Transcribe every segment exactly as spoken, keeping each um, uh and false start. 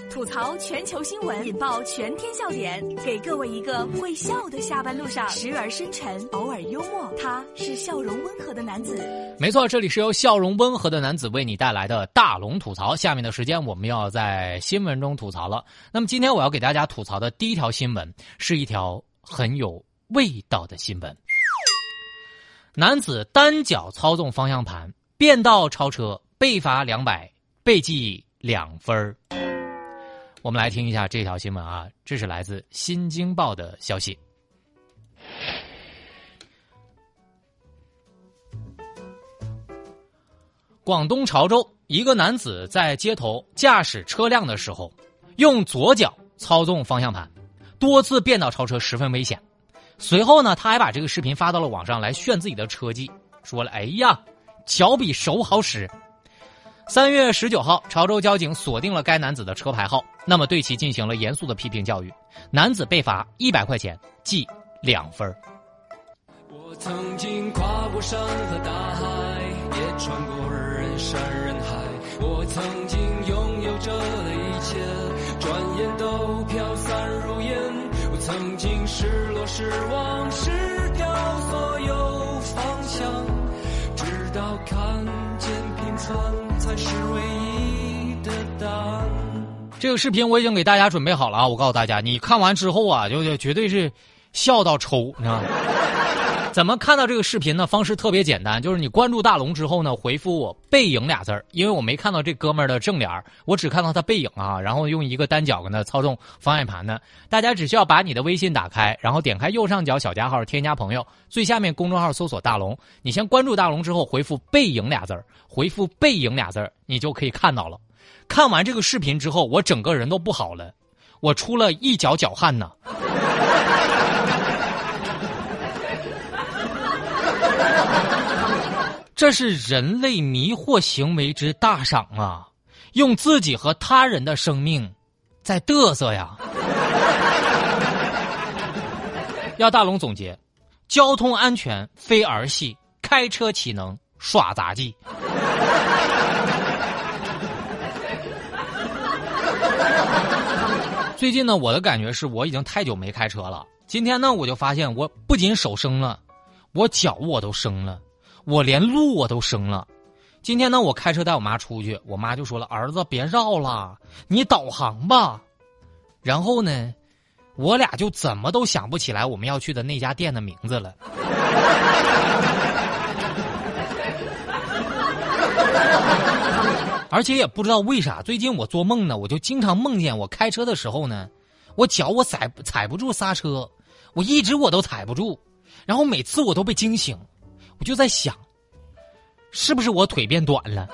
吐槽全球新闻，引爆全天笑点，给各位一个会笑的下班路上，时而深沉，偶尔幽默。他是笑容温和的男子。 没错，这里是由笑容温和的男子为你带来的大龙吐槽。下面的时间我们要在新闻中吐槽了。那么今天我要给大家吐槽的第一条新闻是一条很有味道的新闻。男子单脚操纵方向盘，变道超车，被罚两百，被记两分。我们来听一下这条新闻啊，这是来自《新京报》的消息。广东潮州一个男子在街头驾驶车辆的时候，用左脚操纵方向盘，多次变道超车，十分危险。随后呢，他还把这个视频发到了网上来炫自己的车技，说了：“哎呀，脚比手好使。”三月十九号，潮州交警锁定了该男子的车牌号，那么对其进行了严肃的批评教育。男子被罚一百块钱，记两分。 我曾经跨过山和大海，也穿过人山人海。我曾经拥有着的一切，转眼都飘散如烟。我曾经失落失望，失掉所有方向，直到看见平凡才是唯一的答案。 这个视频我已经给大家准备好了啊！我告诉大家，你看完之后啊，就绝对是笑到抽，你知道吗？怎么看到这个视频呢？方式特别简单，就是你关注大龙之后呢，回复我背影俩字儿，因为我没看到这哥们儿的正脸，我只看到他背影啊，然后用一个单脚跟他操纵方向盘呢。大家只需要把你的微信打开，然后点开右上角小加号添加朋友，最下面公众号搜索大龙，你先关注大龙之后回复背影俩字儿，回复背影俩字儿，你就可以看到了。看完这个视频之后，我整个人都不好了，我出了一脚脚汗呢。这是人类迷惑行为之大赏啊！用自己和他人的生命在嘚瑟呀！要大龙总结：交通安全非儿戏，开车岂能耍杂技？最近呢，我的感觉是我已经太久没开车了。今天呢，我就发现我不仅手生了，我脚我都生了。我连路我都生了。今天呢，我开车带我妈出去，我妈就说了：“儿子，别绕了，你导航吧。”然后呢，我俩就怎么都想不起来我们要去的那家店的名字了。而且也不知道为啥，最近我做梦呢，我就经常梦见我开车的时候呢，我脚我踩踩不住刹车，我一直我都踩不住，然后每次我都被惊醒。我就在想，是不是我腿变短了？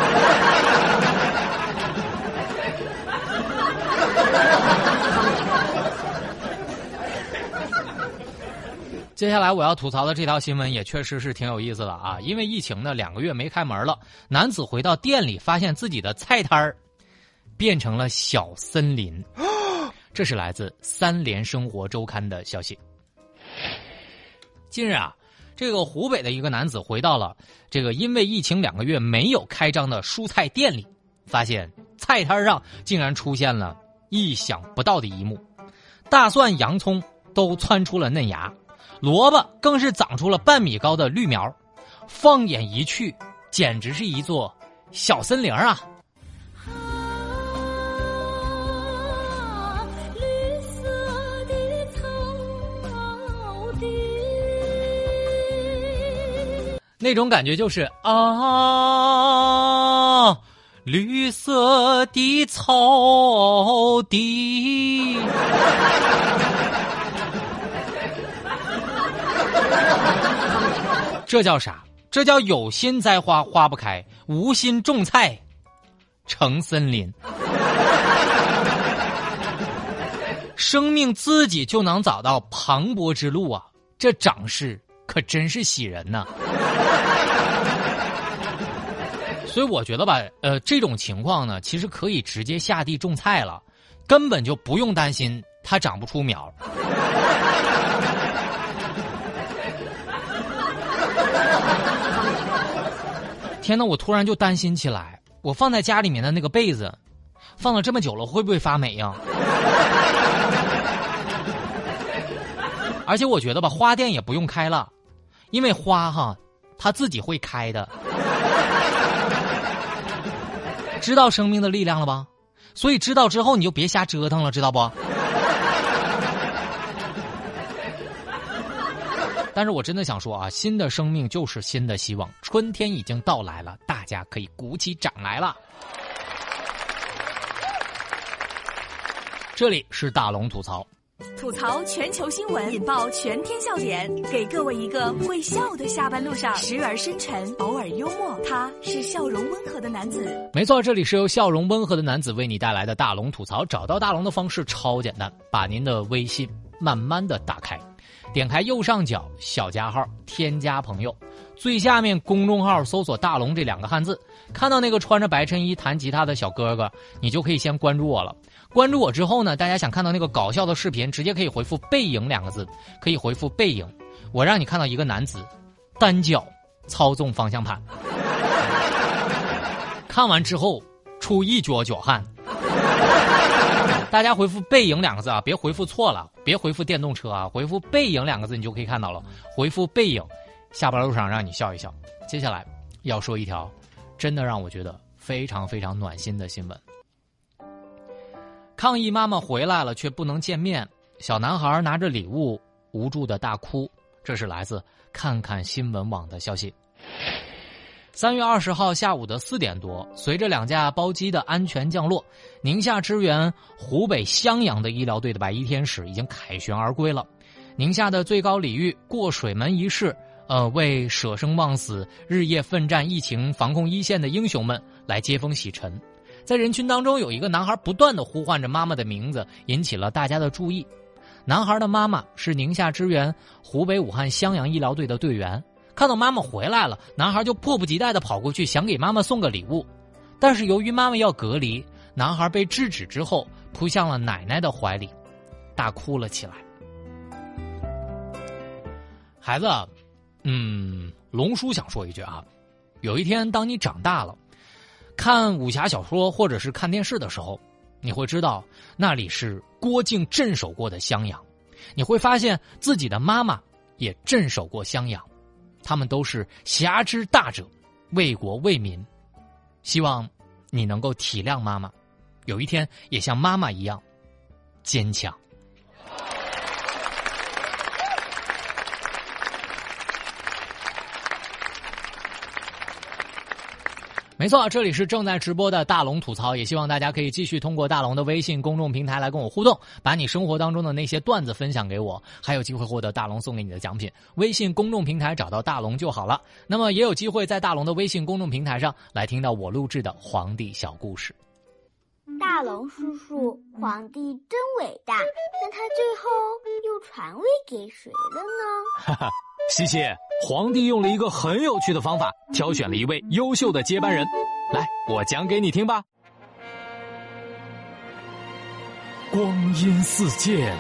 接下来我要吐槽的这条新闻也确实是挺有意思的啊！因为疫情呢，两个月没开门了，男子回到店里，发现自己的菜摊儿变成了小森林。这是来自《三联生活周刊》的消息。近日啊，这个湖北的一个男子回到了这个因为疫情两个月没有开张的蔬菜店里，发现菜摊上竟然出现了意想不到的一幕，大蒜、洋葱都窜出了嫩芽，萝卜更是长出了半米高的绿苗，放眼一去，简直是一座小森林啊！那种感觉就是啊，绿色的草地。这叫啥？这叫有心栽花花不开，无心种菜成森林。生命自己就能找到磅礴之路啊！这长势可真是喜人呐。所以我觉得吧，呃，这种情况呢，其实可以直接下地种菜了，根本就不用担心它长不出苗。天哪，我突然就担心起来，我放在家里面的那个被子， 放了这么久了，会不会发霉呀？而且我觉得吧，花店也不用开了，因为花哈，它自己会开的。知道生命的力量了吧？所以知道之后你就别瞎折腾了，知道不？但是我真的想说啊，新的生命就是新的希望，春天已经到来了，大家可以鼓起掌来了。这里是大龙吐槽， 吐槽全球新闻，引爆全天笑点，给各位一个会笑的下班路上，时而深沉，偶尔幽默，他是笑容温和的男子。 没错，这里是由笑容温和的男子为你带来的大龙吐槽。找到大龙的方式超简单，把您的微信慢慢的打开，点开右上角小加号，添加朋友，最下面公众号搜索大龙这两个汉字，看到那个穿着白衬衣弹吉他的小哥哥，你就可以先关注我了。关注我之后呢，大家想看到那个搞笑的视频，直接可以回复背影两个字，可以回复背影，我让你看到一个男子单脚操纵方向盘，看完之后出一脚脚汗。大家回复背影两个字啊，别回复错了，别回复电动车啊，回复背影两个字你就可以看到了。回复背影，下班路上让你笑一笑。接下来要说一条真的让我觉得非常非常暖心的新闻。抗议妈妈回来了却不能见面，小男孩拿着礼物无助的大哭。这是来自看看新闻网的消息。三月二十号下午的四点多，随着两架包机的安全降落，宁夏支援湖北襄阳的医疗队的白衣天使已经凯旋而归了。宁夏的最高礼遇过水门仪式，呃，为舍生忘死、日夜奋战疫情防控一线的英雄们来接风洗尘。在人群当中，有一个男孩不断地呼唤着妈妈的名字，引起了大家的注意。男孩的妈妈是宁夏支援湖北武汉襄阳医疗队的队员，看到妈妈回来了，男孩就迫不及待地跑过去，想给妈妈送个礼物。但是由于妈妈要隔离，男孩被制止之后，扑向了奶奶的怀里，大哭了起来。孩子，嗯，龙叔想说一句啊，有一天当你长大了，看武侠小说或者是看电视的时候，你会知道那里是郭靖镇守过的襄阳，你会发现自己的妈妈也镇守过襄阳，他们都是侠之大者，为国为民。希望你能够体谅妈妈，有一天也像妈妈一样坚强。没错，这里是正在直播的大龙吐槽，也希望大家可以继续通过大龙的微信公众平台来跟我互动，把你生活当中的那些段子分享给我，还有机会获得大龙送给你的奖品。微信公众平台找到大龙就好了，那么也有机会在大龙的微信公众平台上来听到我录制的皇帝小故事。 大龙叔叔，皇帝真伟大，但他最后又传位给谁了呢？ 哈哈，西西，皇帝用了一个很有趣的方法，挑选了一位优秀的接班人。来，我讲给你听吧。光阴似箭，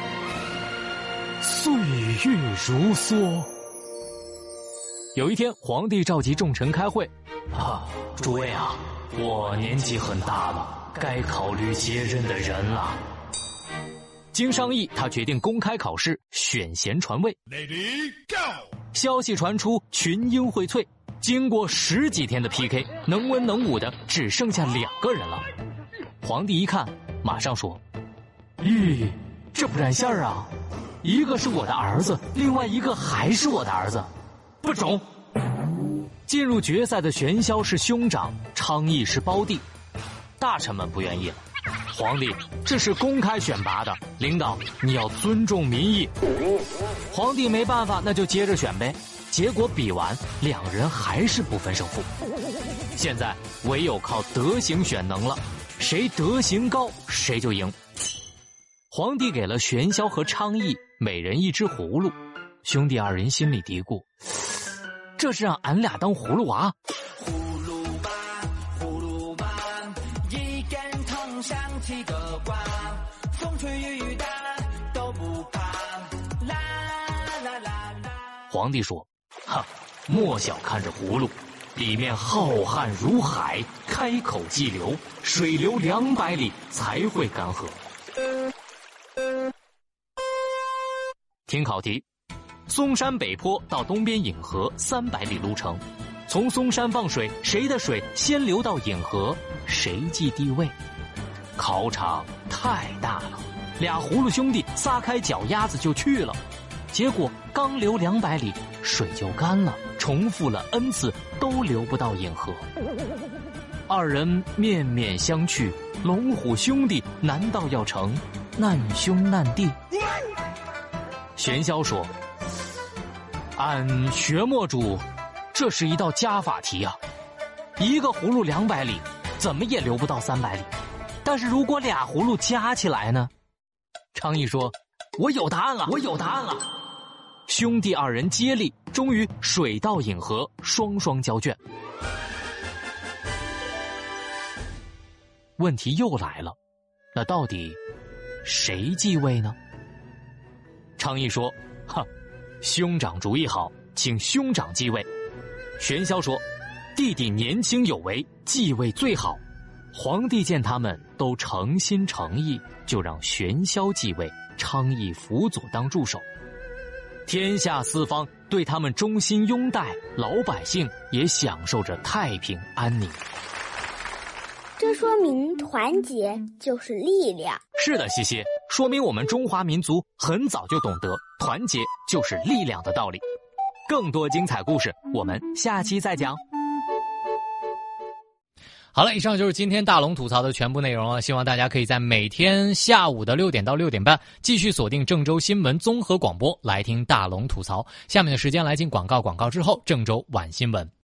岁月如梭。有一天，皇帝召集众臣开会。啊，诸位啊，我年纪很大了，该考虑接任的人了。经商议，他决定公开考试，选贤传位。Lady go！ 消息传出，群英荟萃。经过十几天的 P K， 能文能武的只剩下两个人了。皇帝一看，马上说：“咦，这不染线啊！一个是我的儿子，另外一个还是我的儿子，不中。”进入决赛的玄霄是兄长，昌邑是胞弟，大臣们不愿意了。皇帝，这是公开选拔的，领导你要尊重民意。皇帝没办法，那就接着选呗。结果比完，两人还是不分胜负。现在唯有靠德行选能了，谁德行高谁就赢。皇帝给了玄霄和昌邑每人一只葫芦，兄弟二人心里嘀咕：这是让俺俩当葫芦娃。 葫芦娃，葫芦娃，一根藤上七个瓜，风吹雨打都不怕，啦啦啦啦。 皇帝说：哈，莫小看这葫芦， 里面浩瀚如海，开口即流，水流两百里才会干涸。听考题：嵩山北坡到东边引河三百里路程，从嵩山放水，谁的水先流到引河，谁记地位？考场太大了，俩葫芦兄弟撒开脚丫子就去了，结果刚流两百里，水就干了，重复了 n 次都流不到引河。二人面面相觑，龙虎兄弟难道要成难兄难弟？玄霄说：按学墨主，这是一道加法题啊，一个葫芦两百里，怎么也流不到三百里。但是如果俩葫芦加起来呢？昌邑说：我有答案了，我有答案了。兄弟二人接力，终于水到引河，双双交卷。问题又来了，那到底谁继位呢？昌邑说：哼，兄长主意好，请兄长继位。玄霄说：弟弟年轻有为，继位最好。皇帝见他们都诚心诚意，就让玄霄继位，昌邑辅佐当助手。天下四方对他们忠心拥戴，老百姓也享受着太平安宁。 这说明团结就是力量。 是的，西西，说明我们中华民族很早就懂得团结就是力量的道理。更多精彩故事，我们下期再讲。 好了，以上就是今天大龙吐槽的全部内容了。希望大家可以在每天下午的六点到六点半继续锁定郑州新闻综合广播来听大龙吐槽。下面的时间来进广告，广告之后郑州晚新闻。